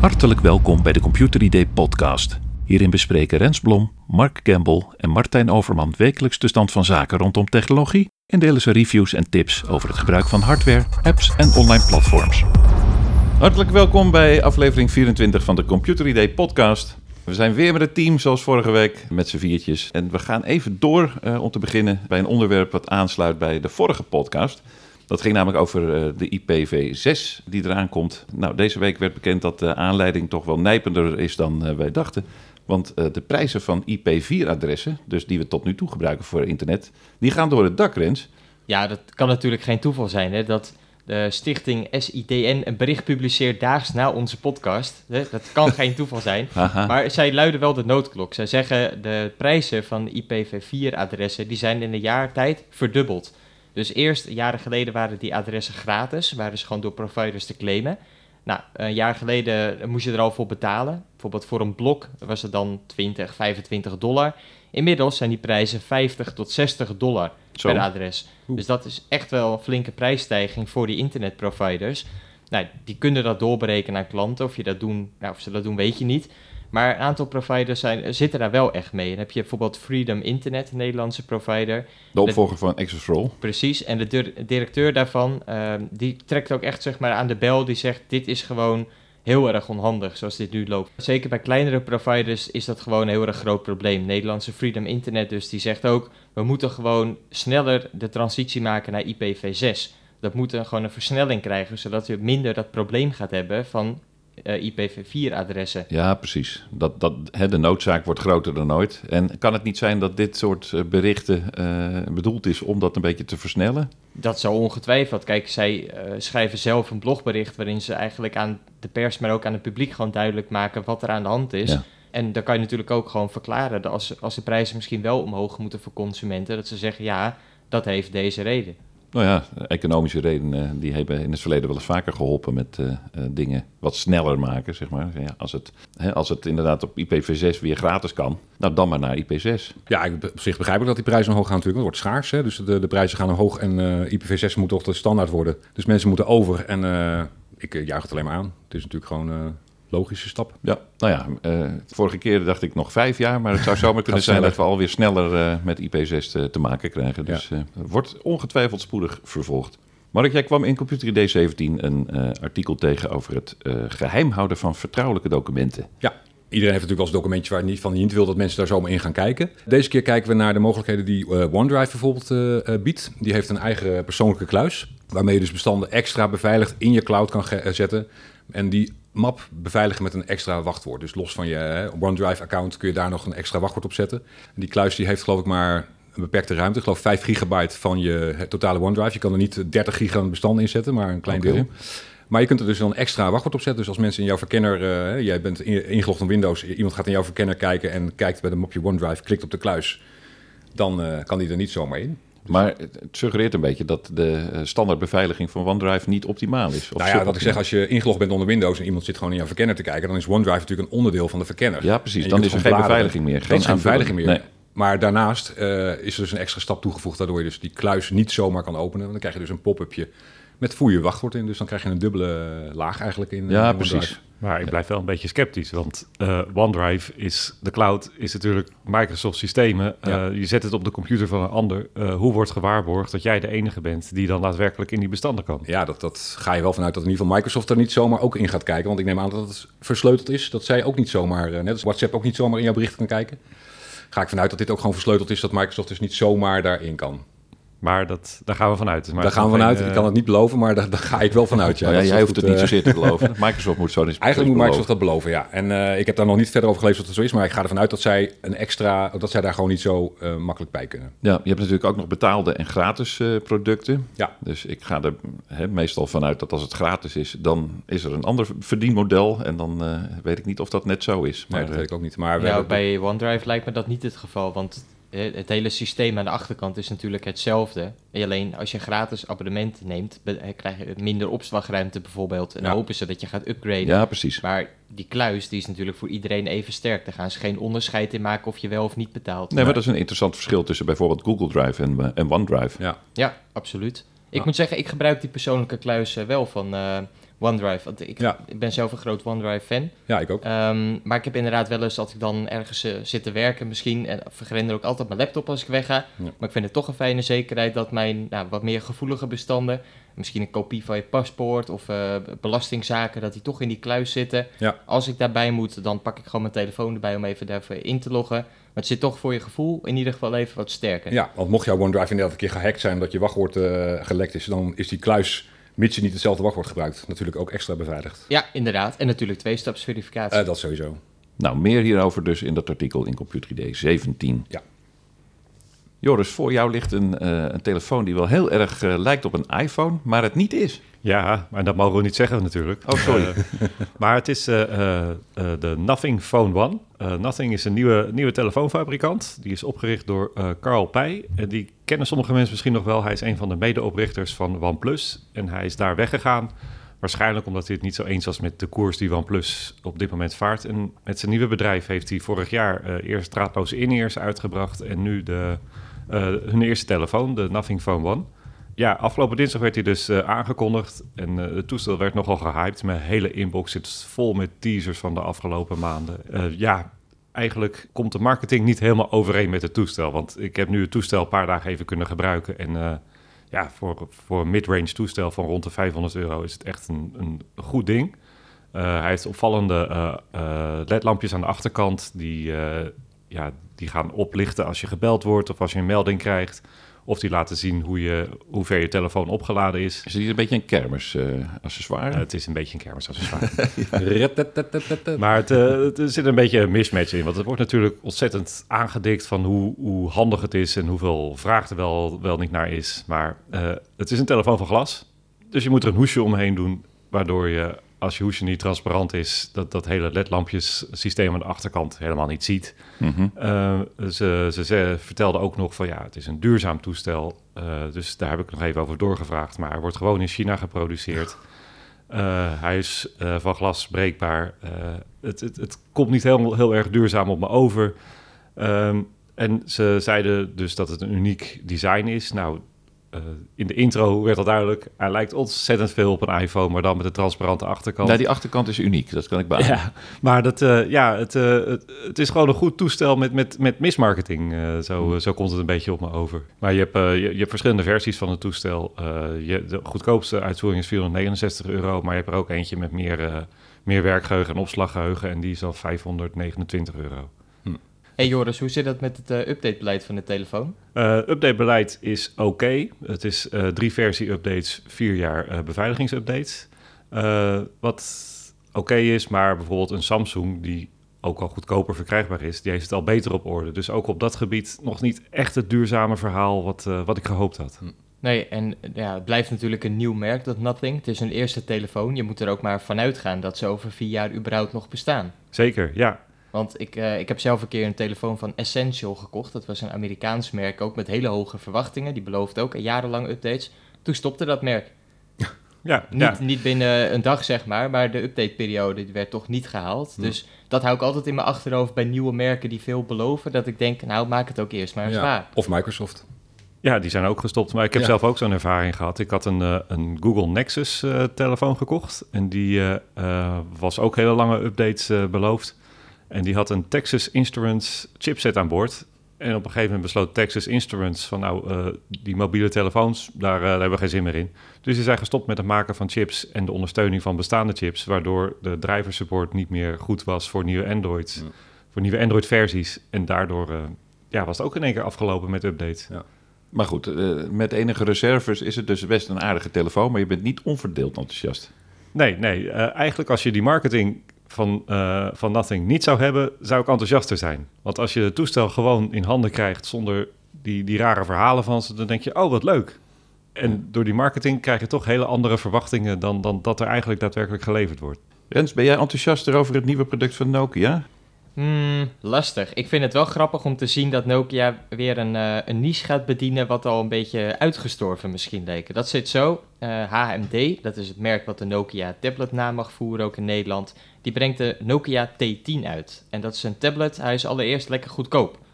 Hartelijk welkom bij de Computer ID podcast. Hierin bespreken Rens Blom, Mark Campbell en Martijn Overman wekelijks de stand van zaken rondom technologie en delen ze reviews en tips over het gebruik van hardware, apps en online platforms. Hartelijk welkom bij aflevering 24 van de Computer ID podcast. We zijn weer met het team zoals vorige week met z'n viertjes. En we gaan even door om te beginnen bij een onderwerp wat aansluit bij de vorige podcast. Dat ging namelijk over de IPv6 die eraan komt. Nou, deze week werd bekend dat de aanleiding toch wel nijpender is dan wij dachten. Want de prijzen van IP4-adressen, dus die we tot nu toe gebruiken voor internet, die gaan door het dak, Rens. Ja, dat kan natuurlijk geen toeval zijn, hè, dat de stichting SITN een bericht publiceert daags na onze podcast. Dat kan geen toeval zijn. Maar zij luiden wel de noodklok. Zij zeggen de prijzen van IPv4-adressen die zijn in een jaar tijd verdubbeld. Dus eerst, jaren geleden waren die adressen gratis, waren ze gewoon door providers te claimen. Nou, een jaar geleden moest je er al voor betalen. Bijvoorbeeld voor een blok was het dan $20-25. Inmiddels zijn die prijzen $50 tot $60 per adres. Dus dat is echt wel een flinke prijsstijging voor die internetproviders. Nou, die kunnen dat doorberekenen aan klanten. Of ze dat doen, weet je niet. Maar een aantal providers zitten daar wel echt mee. Dan heb je bijvoorbeeld Freedom Internet, een Nederlandse provider. De opvolger van Access for All. Precies, en de directeur daarvan, die trekt ook echt zeg maar aan de bel. Die zegt, dit is gewoon heel erg onhandig zoals dit nu loopt. Zeker bij kleinere providers is dat gewoon een heel erg groot probleem. Nederlandse Freedom Internet dus, die zegt ook, we moeten gewoon sneller de transitie maken naar IPv6. Dat moet gewoon een versnelling krijgen, zodat je minder dat probleem gaat hebben van IPv4-adressen. Ja, precies. De noodzaak wordt groter dan ooit. En kan het niet zijn dat dit soort berichten bedoeld is om dat een beetje te versnellen? Dat zou ongetwijfeld. Kijk, zij schrijven zelf een blogbericht waarin ze eigenlijk aan de pers, maar ook aan het publiek gewoon duidelijk maken wat er aan de hand is. Ja. En dan kan je natuurlijk ook gewoon verklaren dat als de prijzen misschien wel omhoog moeten voor consumenten, dat ze zeggen, ja, dat heeft deze reden. Nou ja, economische redenen die hebben in het verleden wel eens vaker geholpen met dingen wat sneller maken, zeg maar. Ja, als het inderdaad op IPv6 weer gratis kan, nou dan maar naar IP6. Ja, op zich begrijp ik dat die prijzen omhoog gaan natuurlijk. Het wordt schaars, hè? Dus de prijzen gaan omhoog en IPv6 moet toch de standaard worden. Dus mensen moeten over en ik juich het alleen maar aan. Het is natuurlijk gewoon logische stap. Ja, nou ja, vorige keer dacht ik nog 5 jaar, maar het zou zomaar kunnen zijn dat we alweer sneller met IP6 te maken krijgen. Dus wordt ongetwijfeld spoedig vervolgd. Mark, jij kwam in Computer ID 17 een artikel tegen over het geheim houden van vertrouwelijke documenten. Ja. Iedereen heeft natuurlijk wel eens documentjes waar je niet wil dat mensen daar zomaar in gaan kijken. Deze keer kijken we naar de mogelijkheden die OneDrive bijvoorbeeld biedt. Die heeft een eigen persoonlijke kluis, waarmee je dus bestanden extra beveiligd in je cloud kan zetten. En die map beveiligen met een extra wachtwoord. Dus los van je OneDrive-account kun je daar nog een extra wachtwoord op zetten. En die kluis die heeft geloof ik maar een beperkte ruimte. Ik geloof 5 gigabyte van je totale OneDrive. Je kan er niet 30 giga bestanden in zetten, maar een klein deel. Maar je kunt er dus dan een extra wachtwoord op zetten. Dus als mensen in jouw verkenner, jij bent ingelogd op Windows, iemand gaat in jouw verkenner kijken en kijkt bij de mapje OneDrive, klikt op de kluis, dan kan die er niet zomaar in. Maar het suggereert een beetje dat de standaardbeveiliging van OneDrive niet optimaal is. Nou ja, wat ik zeg, als je ingelogd bent onder Windows en iemand zit gewoon in jouw verkenner te kijken, dan is OneDrive natuurlijk een onderdeel van de verkenner. Ja, precies. Dan is er geen beveiliging meer. Geen beveiliging meer. Nee. Maar daarnaast is er dus een extra stap toegevoegd, waardoor je dus die kluis niet zomaar kan openen. Want dan krijg je dus een pop-upje met voer je wachtwoord in. Dus dan krijg je een dubbele laag eigenlijk in ja, OneDrive. Precies. Maar ik blijf wel een beetje sceptisch, want OneDrive de cloud is natuurlijk Microsoft systemen. Ja. Je zet het op de computer van een ander. Hoe wordt gewaarborgd dat jij de enige bent die dan daadwerkelijk in die bestanden kan? Ja, dat ga je wel vanuit dat in ieder geval Microsoft er niet zomaar ook in gaat kijken. Want ik neem aan dat het versleuteld is, dat zij ook niet zomaar, net als WhatsApp ook niet zomaar in jouw bericht kan kijken. Ga ik vanuit dat dit ook gewoon versleuteld is, dat Microsoft dus niet zomaar daarin kan. Maar daar gaan we vanuit. Daar gaan we vanuit. Ik kan het niet beloven, maar daar ga ik wel vanuit. Ja. Jij hoeft het niet zozeer te beloven. Microsoft moet zo eigenlijk moet Microsoft dat beloven, ja. En ik heb daar nog niet verder over gelezen of dat zo is, maar ik ga ervan uit dat zij dat zij daar gewoon niet zo makkelijk bij kunnen. Ja, je hebt natuurlijk ook nog betaalde en gratis producten. Ja. Dus ik ga er meestal vanuit dat als het gratis is, dan is er een ander verdienmodel. En dan weet ik niet of dat net zo is. Maar, nee, dat weet ik ook niet. Maar bij OneDrive lijkt me dat niet het geval, want het hele systeem aan de achterkant is natuurlijk hetzelfde. Alleen als je een gratis abonnement neemt, krijg je minder opslagruimte bijvoorbeeld. En dan hopen ze dat je gaat upgraden. Ja, precies. Maar die kluis die is natuurlijk voor iedereen even sterk. Daar gaan ze geen onderscheid in maken of je wel of niet betaalt. Nee, maar dat is een interessant verschil tussen bijvoorbeeld Google Drive en OneDrive. Ja, absoluut. Ik moet zeggen, ik gebruik die persoonlijke kluis wel van OneDrive. Want ik ben zelf een groot OneDrive-fan. Ja, ik ook. Maar ik heb inderdaad wel eens, als ik dan ergens zit te werken misschien... en vergrendel ook altijd mijn laptop als ik wegga. Ja. Maar ik vind het toch een fijne zekerheid dat mijn wat meer gevoelige bestanden... misschien een kopie van je paspoort of belastingzaken... dat die toch in die kluis zitten. Ja. Als ik daarbij moet, dan pak ik gewoon mijn telefoon erbij... om even daarvoor in te loggen. Maar het zit toch voor je gevoel in ieder geval even wat sterker. Ja, want mocht jouw OneDrive inderdaad een keer gehackt zijn... dat je wachtwoord gelekt is, dan is die kluis... mits je niet hetzelfde wachtwoord gebruikt, natuurlijk ook extra beveiligd. Ja, inderdaad. En natuurlijk 2-stapsverificatie. Dat sowieso. Nou, meer hierover dus in dat artikel in Computer ID 17. Ja. Joris, voor jou ligt een telefoon die wel heel erg lijkt op een iPhone, maar het niet is. Ja, maar dat mogen we niet zeggen natuurlijk. Oh, sorry. Maar het is de Nothing Phone One. Nothing is een nieuwe telefoonfabrikant. Die is opgericht door Carl Pei. Die kennen sommige mensen misschien nog wel. Hij is een van de medeoprichters van OnePlus. En hij is daar weggegaan. Waarschijnlijk omdat hij het niet zo eens was met de koers die OnePlus op dit moment vaart. En met zijn nieuwe bedrijf heeft hij vorig jaar eerst draadloze in-ears uitgebracht. En nu hun eerste telefoon, de Nothing Phone One. Ja, afgelopen dinsdag werd hij dus aangekondigd en het toestel werd nogal gehyped. Mijn hele inbox zit vol met teasers van de afgelopen maanden. Eigenlijk komt de marketing niet helemaal overeen met het toestel. Want ik heb nu het toestel een paar dagen even kunnen gebruiken. En voor een mid-range toestel van rond de €500 is het echt een goed ding. Hij heeft opvallende ledlampjes aan de achterkant die gaan oplichten als je gebeld wordt of als je een melding krijgt. Of die laten zien hoe ver je telefoon opgeladen is. Is het hier een beetje een kermisaccessoire? Het is een beetje een kermisaccessoire. Maar er zit een beetje een mismatch in. Want het wordt natuurlijk ontzettend aangedikt van hoe handig het is... en hoeveel vraag er wel niet naar is. Maar het is een telefoon van glas. Dus je moet er een hoesje omheen doen... waardoor je, als je hoesje niet transparant is... dat hele ledlampjes-systeem aan de achterkant helemaal niet ziet. Mm-hmm. Ze vertelde ook nog van het is een duurzaam toestel. Dus daar heb ik nog even over doorgevraagd. Maar hij wordt gewoon in China geproduceerd. Hij is van glas breekbaar. Het komt niet heel erg duurzaam op me over. En ze zeiden dus dat het een uniek design is. Nou... in de intro werd al duidelijk, hij lijkt ontzettend veel op een iPhone, maar dan met een transparante achterkant. Nou, die achterkant is uniek, dat kan ik beamen. Ja, maar het is gewoon een goed toestel met mismarketing. Zo komt het een beetje op me over. Maar je hebt verschillende versies van het toestel. De goedkoopste uitvoering is €469, maar je hebt er ook eentje met meer werkgeheugen en opslaggeheugen en die is al €529. Hey Joris, hoe zit dat met het updatebeleid van de telefoon? Updatebeleid is oké. Het is 3 versie-updates, 4 jaar beveiligingsupdates. Wat oké is, maar bijvoorbeeld een Samsung... die ook al goedkoper verkrijgbaar is, die heeft het al beter op orde. Dus ook op dat gebied nog niet echt het duurzame verhaal wat ik gehoopt had. Nee, en het blijft natuurlijk een nieuw merk, dat Nothing. Het is een eerste telefoon. Je moet er ook maar vanuit gaan dat ze over 4 jaar überhaupt nog bestaan. Zeker, ja. Want ik heb zelf een keer een telefoon van Essential gekocht. Dat was een Amerikaans merk, ook met hele hoge verwachtingen. Die beloofde ook jarenlang updates. Toen stopte dat merk. Niet binnen een dag, zeg maar de updateperiode werd toch niet gehaald. Dus dat hou ik altijd in mijn achterhoofd bij nieuwe merken die veel beloven. Dat ik denk, maak het ook eerst maar eens waar. Of Microsoft. Ja, die zijn ook gestopt. Maar ik heb zelf ook zo'n ervaring gehad. Ik had een Google Nexus telefoon gekocht. En die was ook hele lange updates beloofd. En die had een Texas Instruments chipset aan boord. En op een gegeven moment besloot Texas Instruments van die mobiele telefoons, daar hebben we geen zin meer in. Dus die zijn gestopt met het maken van chips en de ondersteuning van bestaande chips, waardoor de driver support niet meer goed was voor nieuwe Androids, voor nieuwe Android-versies. En daardoor was het ook in één keer afgelopen met updates. Ja. Maar goed, met enige reserves is het dus best een aardige telefoon, maar je bent niet onverdeeld enthousiast. Nee, eigenlijk als je die marketing van Nothing niet zou hebben, zou ik enthousiaster zijn. Want als je het toestel gewoon in handen krijgt zonder die rare verhalen van ze, dan denk je, oh, wat leuk. En door die marketing krijg je toch hele andere verwachtingen dan dat er eigenlijk daadwerkelijk geleverd wordt. Rens, ben jij enthousiaster over het nieuwe product van Nokia? Lastig. Ik vind het wel grappig om te zien dat Nokia weer een niche gaat bedienen wat al een beetje uitgestorven misschien leek. Dat zit zo. HMD, dat is het merk wat de Nokia tabletnaam mag voeren, ook in Nederland. Die brengt de Nokia T10 uit. En dat is een tablet, hij is allereerst lekker goedkoop.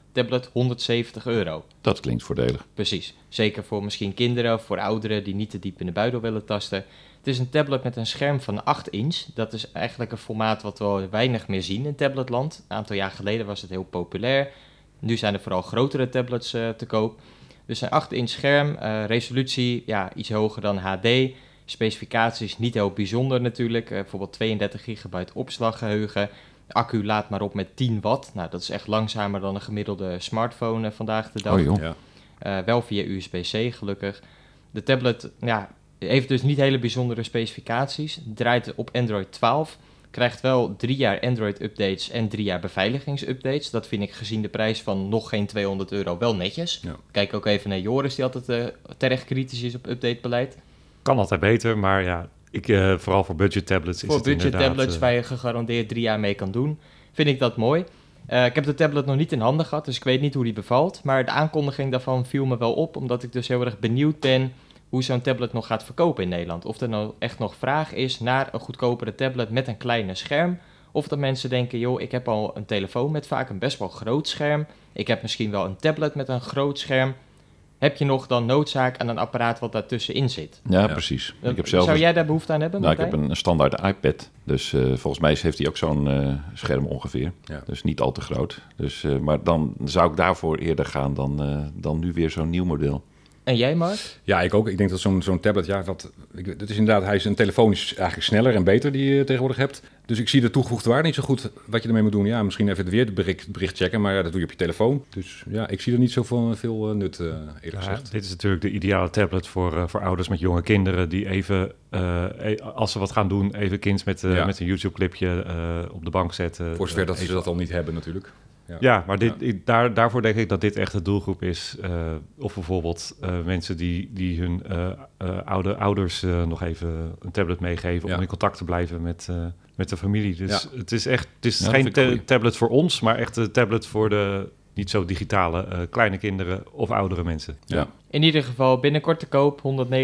tablet €170. Dat klinkt voordelig. Precies. Zeker voor misschien kinderen of voor ouderen die niet te diep in de buidel willen tasten. Het is een tablet met een scherm van 8 inch. Dat is eigenlijk een formaat wat we weinig meer zien in tabletland. Een aantal jaar geleden was het heel populair. Nu zijn er vooral grotere tablets te koop. Dus een 8 inch scherm, resolutie iets hoger dan HD. Specificaties niet heel bijzonder natuurlijk. Bijvoorbeeld 32 gigabyte opslaggeheugen. De accu laat maar op met 10 watt. Nou, dat is echt langzamer dan een gemiddelde smartphone vandaag de dag. Oh joh. Ja. Wel via USB-C gelukkig. De tablet heeft dus niet hele bijzondere specificaties. Draait op Android 12. Krijgt wel 3 jaar Android-updates en 3 jaar beveiligingsupdates. Dat vind ik gezien de prijs van nog geen €200 wel netjes. Ja. Kijk ook even naar Joris, die altijd terecht kritisch is op updatebeleid. Kan altijd beter, maar ja, vooral voor budget tablets is Voor het budget inderdaad... tablets waar je gegarandeerd 3 jaar mee kan doen, vind ik dat mooi. Ik heb de tablet nog niet in handen gehad, dus ik weet niet hoe die bevalt. Maar de aankondiging daarvan viel me wel op, omdat ik dus heel erg benieuwd ben hoe zo'n tablet nog gaat verkopen in Nederland. Of er nou echt nog vraag is naar een goedkopere tablet met een kleine scherm. Of dat mensen denken, joh, ik heb al een telefoon met vaak een best wel groot scherm. Ik heb misschien wel een tablet met een groot scherm. Heb je nog dan noodzaak aan een apparaat wat daartussenin zit? Ja, precies. Ik heb zelf Zou jij daar behoefte aan hebben, Nou, ik Martijn? heb een standaard iPad. Dus volgens mij heeft hij ook zo'n scherm ongeveer. Ja. Dus niet al te groot. Dus, maar dan zou ik daarvoor eerder gaan dan nu weer zo'n nieuw model. En jij, Mark? Ja, ik ook. Ik denk dat zo'n tablet, dat is inderdaad, een telefoon is eigenlijk sneller en beter die je tegenwoordig hebt. Dus ik zie de toegevoegde waarde niet zo goed wat je ermee moet doen. Ja, misschien even weer het bericht checken, maar dat doe je op je telefoon. Dus ja, ik zie er niet zo veel nut, eerlijk gezegd. Dit is natuurlijk de ideale tablet voor ouders met jonge kinderen die even, als ze wat gaan doen, even kind met een YouTube-clipje op de bank zetten. Voor zover dat ze dat al niet hebben natuurlijk. Ja, maar daarvoor denk ik dat dit echt de doelgroep is. Of bijvoorbeeld mensen die hun oude ouders nog even een tablet meegeven om in contact te blijven met de familie. Dus het is geen tablet voor ons, maar echt een tablet voor de niet zo digitale kleine kinderen of oudere mensen. Ja. In ieder geval binnenkort te koop,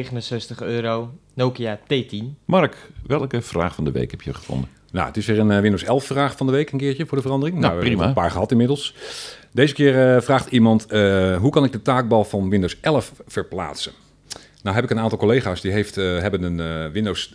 €169. Nokia T10. Mark, welke vraag van de week heb je gevonden? Nou, het is weer een Windows 11 vraag van de week, een keertje voor de verandering. Nou, we prima. hebben een paar gehad inmiddels. Deze keer vraagt iemand, hoe kan ik de taakbal van Windows 11 verplaatsen? Nou heb ik een aantal collega's die hebben een Windows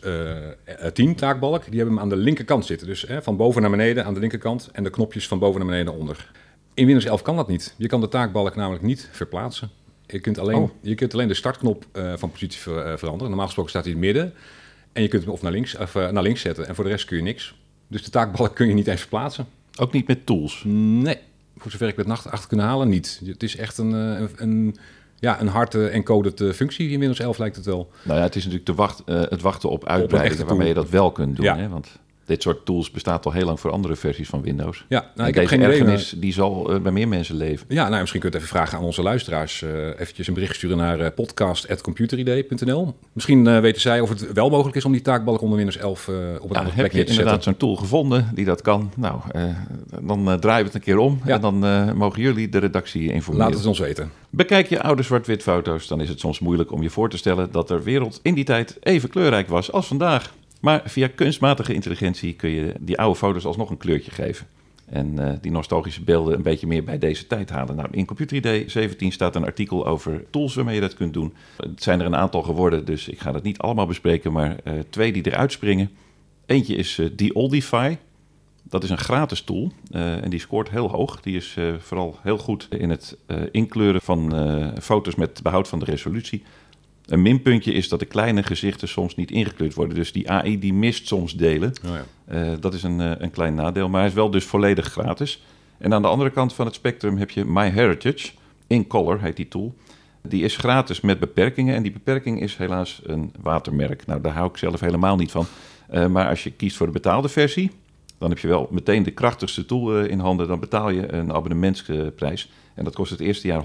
10 taakbalk. Die hebben hem aan de linkerkant zitten. Dus van boven naar beneden aan de linkerkant en de knopjes van boven naar beneden naar onder. In Windows 11 kan dat niet. Je kan de taakbalk namelijk niet verplaatsen. Je kunt alleen de startknop van positie veranderen. Normaal gesproken staat hij in het midden. En je kunt hem of naar links zetten. En voor de rest kun je niks. Dus de taakbalk kun je niet eens verplaatsen. Ook niet met tools? Nee, voor zover ik het achter kunnen halen, niet. Het is echt een hard encoded functie in Windows 11 lijkt het wel. Nou ja, het is natuurlijk het wachten op uitbreidingen waarmee je dat wel kunt doen. Ja. Hè? Want dit soort tools bestaat al heel lang voor andere versies van Windows. Ja, ik heb geen ergernis, die zal bij meer mensen leven. Ja, nou, misschien kunt u even vragen aan onze luisteraars. Eventjes een bericht sturen naar podcast@computeridee.nl. Misschien weten zij of het wel mogelijk is om die taakbalk onder Windows 11 op een andere plek heb je neer te zetten. inderdaad zo'n tool gevonden die dat kan? Nou, dan draaien we het een keer om. Ja. En dan mogen jullie de redactie informeren. Laat het ons weten. Bekijk je oude zwart-wit foto's, dan is het soms moeilijk om je voor te stellen dat de wereld in die tijd even kleurrijk was als vandaag. Maar via kunstmatige intelligentie kun je die oude foto's alsnog een kleurtje geven. En die nostalgische beelden een beetje meer bij deze tijd halen. Nou, in Computer ID 17 staat een artikel over tools waarmee je dat kunt doen. Het zijn er een aantal geworden, dus ik ga dat niet allemaal bespreken, maar 2 die eruit springen. Eentje is Deoldify. Dat is een gratis tool en die scoort heel hoog. Die is vooral heel goed in het inkleuren van foto's met behoud van de resolutie. Een minpuntje is dat de kleine gezichten soms niet ingekleurd worden. Dus die AI die mist soms delen. Oh ja. Dat is een klein nadeel, maar hij is wel dus volledig gratis. En aan de andere kant van het spectrum heb je MyHeritage. In Color heet die tool. Die is gratis met beperkingen. En die beperking is helaas een watermerk. Nou, daar hou ik zelf helemaal niet van. Maar als je kiest voor de betaalde versie, dan heb je wel meteen de krachtigste tool in handen. Dan betaal je een abonnementsprijs. En dat kost het eerste jaar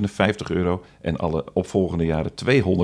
€159 en alle opvolgende jaren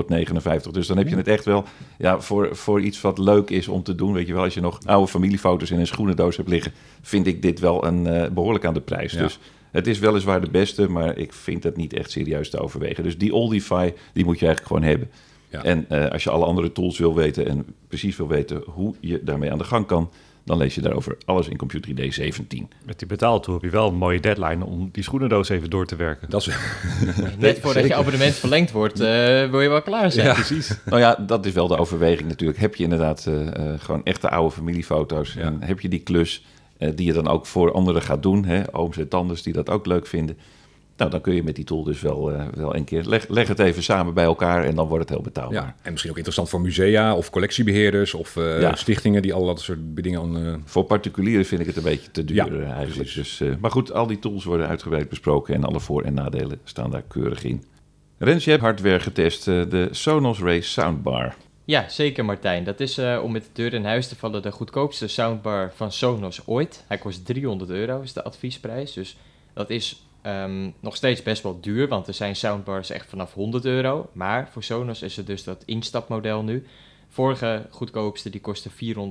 €259. Dus dan heb je het echt wel voor iets wat leuk is om te doen. Weet je wel, als je nog oude familiefoto's in een schoenendoos hebt liggen, vind ik dit wel behoorlijk aan de prijs. Ja. Dus het is weliswaar de beste, maar ik vind dat niet echt serieus te overwegen. Dus die Oldify, die moet je eigenlijk gewoon hebben. Ja. En als je alle andere tools wil weten en precies wil weten hoe je daarmee aan de gang kan, dan lees je daarover alles in Computer ID 17. Met die betaaltool heb je wel een mooie deadline om die schoenendoos even door te werken. Dat is... Net voordat je abonnement verlengd wordt, wil je wel klaar zijn. Ja, precies. Nou ja, dat is wel de overweging natuurlijk. Heb je inderdaad gewoon echte oude familiefoto's en heb je die klus die je dan ook voor anderen gaat doen, hè? Ooms en tantes die dat ook leuk vinden. Nou, dan kun je met die tool dus wel een keer... Leg het even samen bij elkaar en dan wordt het heel betaalbaar. Ja, en misschien ook interessant voor musea of collectiebeheerders of stichtingen die al dat soort dingen... Voor particulieren vind ik het een beetje te duur eigenlijk. Dus, maar goed, al die tools worden uitgebreid besproken en alle voor- en nadelen staan daar keurig in. Rens, je hebt hardware getest, de Sonos Ray Soundbar. Ja, zeker Martijn. Dat is om met de deur in huis te vallen de goedkoopste soundbar van Sonos ooit. Hij kost €300, is de adviesprijs. Dus dat is nog steeds best wel duur, want er zijn soundbars echt vanaf €100. Maar voor Sonos is er dus dat instapmodel nu. Vorige goedkoopste, die kostte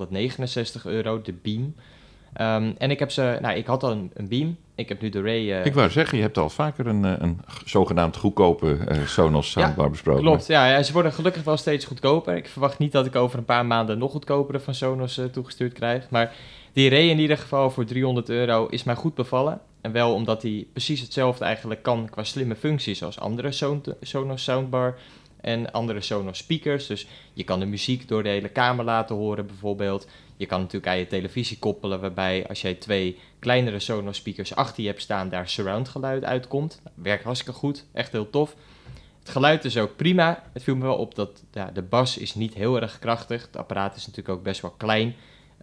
€469, de Beam. En ik heb ik had al een Beam. Ik heb nu de Ray... Ik wou zeggen, je hebt al vaker een zogenaamd goedkope Sonos soundbar besproken. Klopt, ja, ze worden gelukkig wel steeds goedkoper. Ik verwacht niet dat ik over een paar maanden nog goedkopere van Sonos toegestuurd krijg. Maar die Ray in ieder geval voor €300 is mij goed bevallen. En wel omdat hij precies hetzelfde eigenlijk kan qua slimme functies als andere Sonos soundbar en andere Sonos speakers. Dus je kan de muziek door de hele kamer laten horen bijvoorbeeld. Je kan natuurlijk aan je televisie koppelen, waarbij als jij 2 kleinere Sonos speakers achter je hebt staan, daar surround geluid uitkomt. Werkt hartstikke goed, echt heel tof. Het geluid is ook prima. Het viel me wel op dat de bas is niet heel erg krachtig. Het apparaat is natuurlijk ook best wel klein,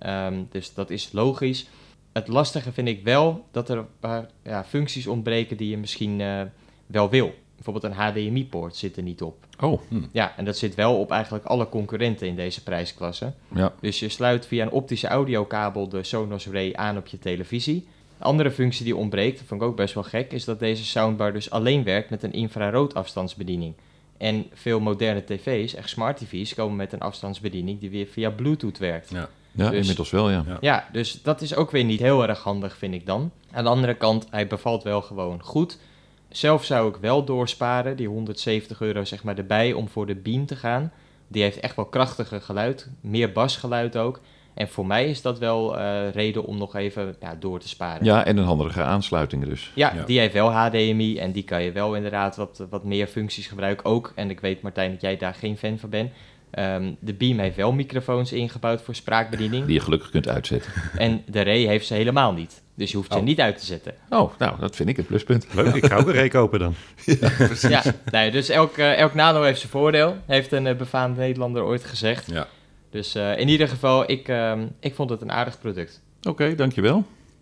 dus dat is logisch. Het lastige vind ik wel dat er een paar functies ontbreken die je misschien wel wil. Bijvoorbeeld een HDMI-poort zit er niet op. Oh. Ja, en dat zit wel op eigenlijk alle concurrenten in deze prijsklasse. Ja. Dus je sluit via een optische audiokabel de Sonos Ray aan op je televisie. Een andere functie die ontbreekt, dat vond ik ook best wel gek, is dat deze soundbar dus alleen werkt met een infraroodafstandsbediening. En veel moderne tv's, echt smart tv's, komen met een afstandsbediening die weer via Bluetooth werkt. Ja, dus, inmiddels wel, ja. Ja, dus dat is ook weer niet heel erg handig, vind ik dan. Aan de andere kant, hij bevalt wel gewoon goed. Zelf zou ik wel doorsparen, die €170 zeg maar erbij, om voor de Beam te gaan. Die heeft echt wel krachtiger geluid, meer basgeluid ook. En voor mij is dat wel reden om nog even door te sparen. Ja, en een handige aansluiting dus. Ja, die heeft wel HDMI en die kan je wel inderdaad wat meer functies gebruiken ook. En ik weet, Martijn, dat jij daar geen fan van bent. De Beam heeft wel microfoons ingebouwd voor spraakbediening. Die je gelukkig kunt uitzetten. En de Ray heeft ze helemaal niet. Dus je hoeft ze niet uit te zetten. Oh, nou, dat vind ik een pluspunt. Leuk, ik ga ook een Ray kopen dan. Ja, dus elk nadeel heeft zijn voordeel. Heeft een befaamd Nederlander ooit gezegd. Ja. Dus in ieder geval, ik vond het een aardig product. Oké, dankjewel.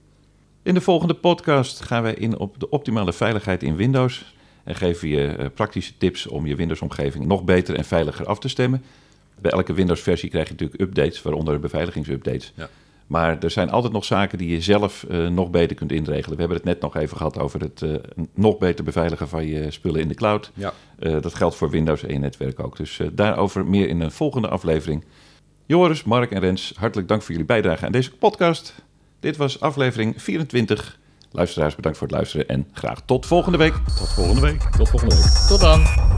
In de volgende podcast gaan wij in op de optimale veiligheid in Windows. En geven je praktische tips om je Windows-omgeving nog beter en veiliger af te stemmen. Bij elke Windows-versie krijg je natuurlijk updates, waaronder beveiligingsupdates. Ja. Maar er zijn altijd nog zaken die je zelf nog beter kunt inregelen. We hebben het net nog even gehad over het nog beter beveiligen van je spullen in de cloud. Ja. Dat geldt voor Windows en je netwerk ook. Dus daarover meer in een volgende aflevering. Joris, Mark en Rens, hartelijk dank voor jullie bijdrage aan deze podcast. Dit was aflevering 24. Luisteraars, bedankt voor het luisteren en graag tot volgende week. Tot volgende week. Tot volgende week. Tot dan.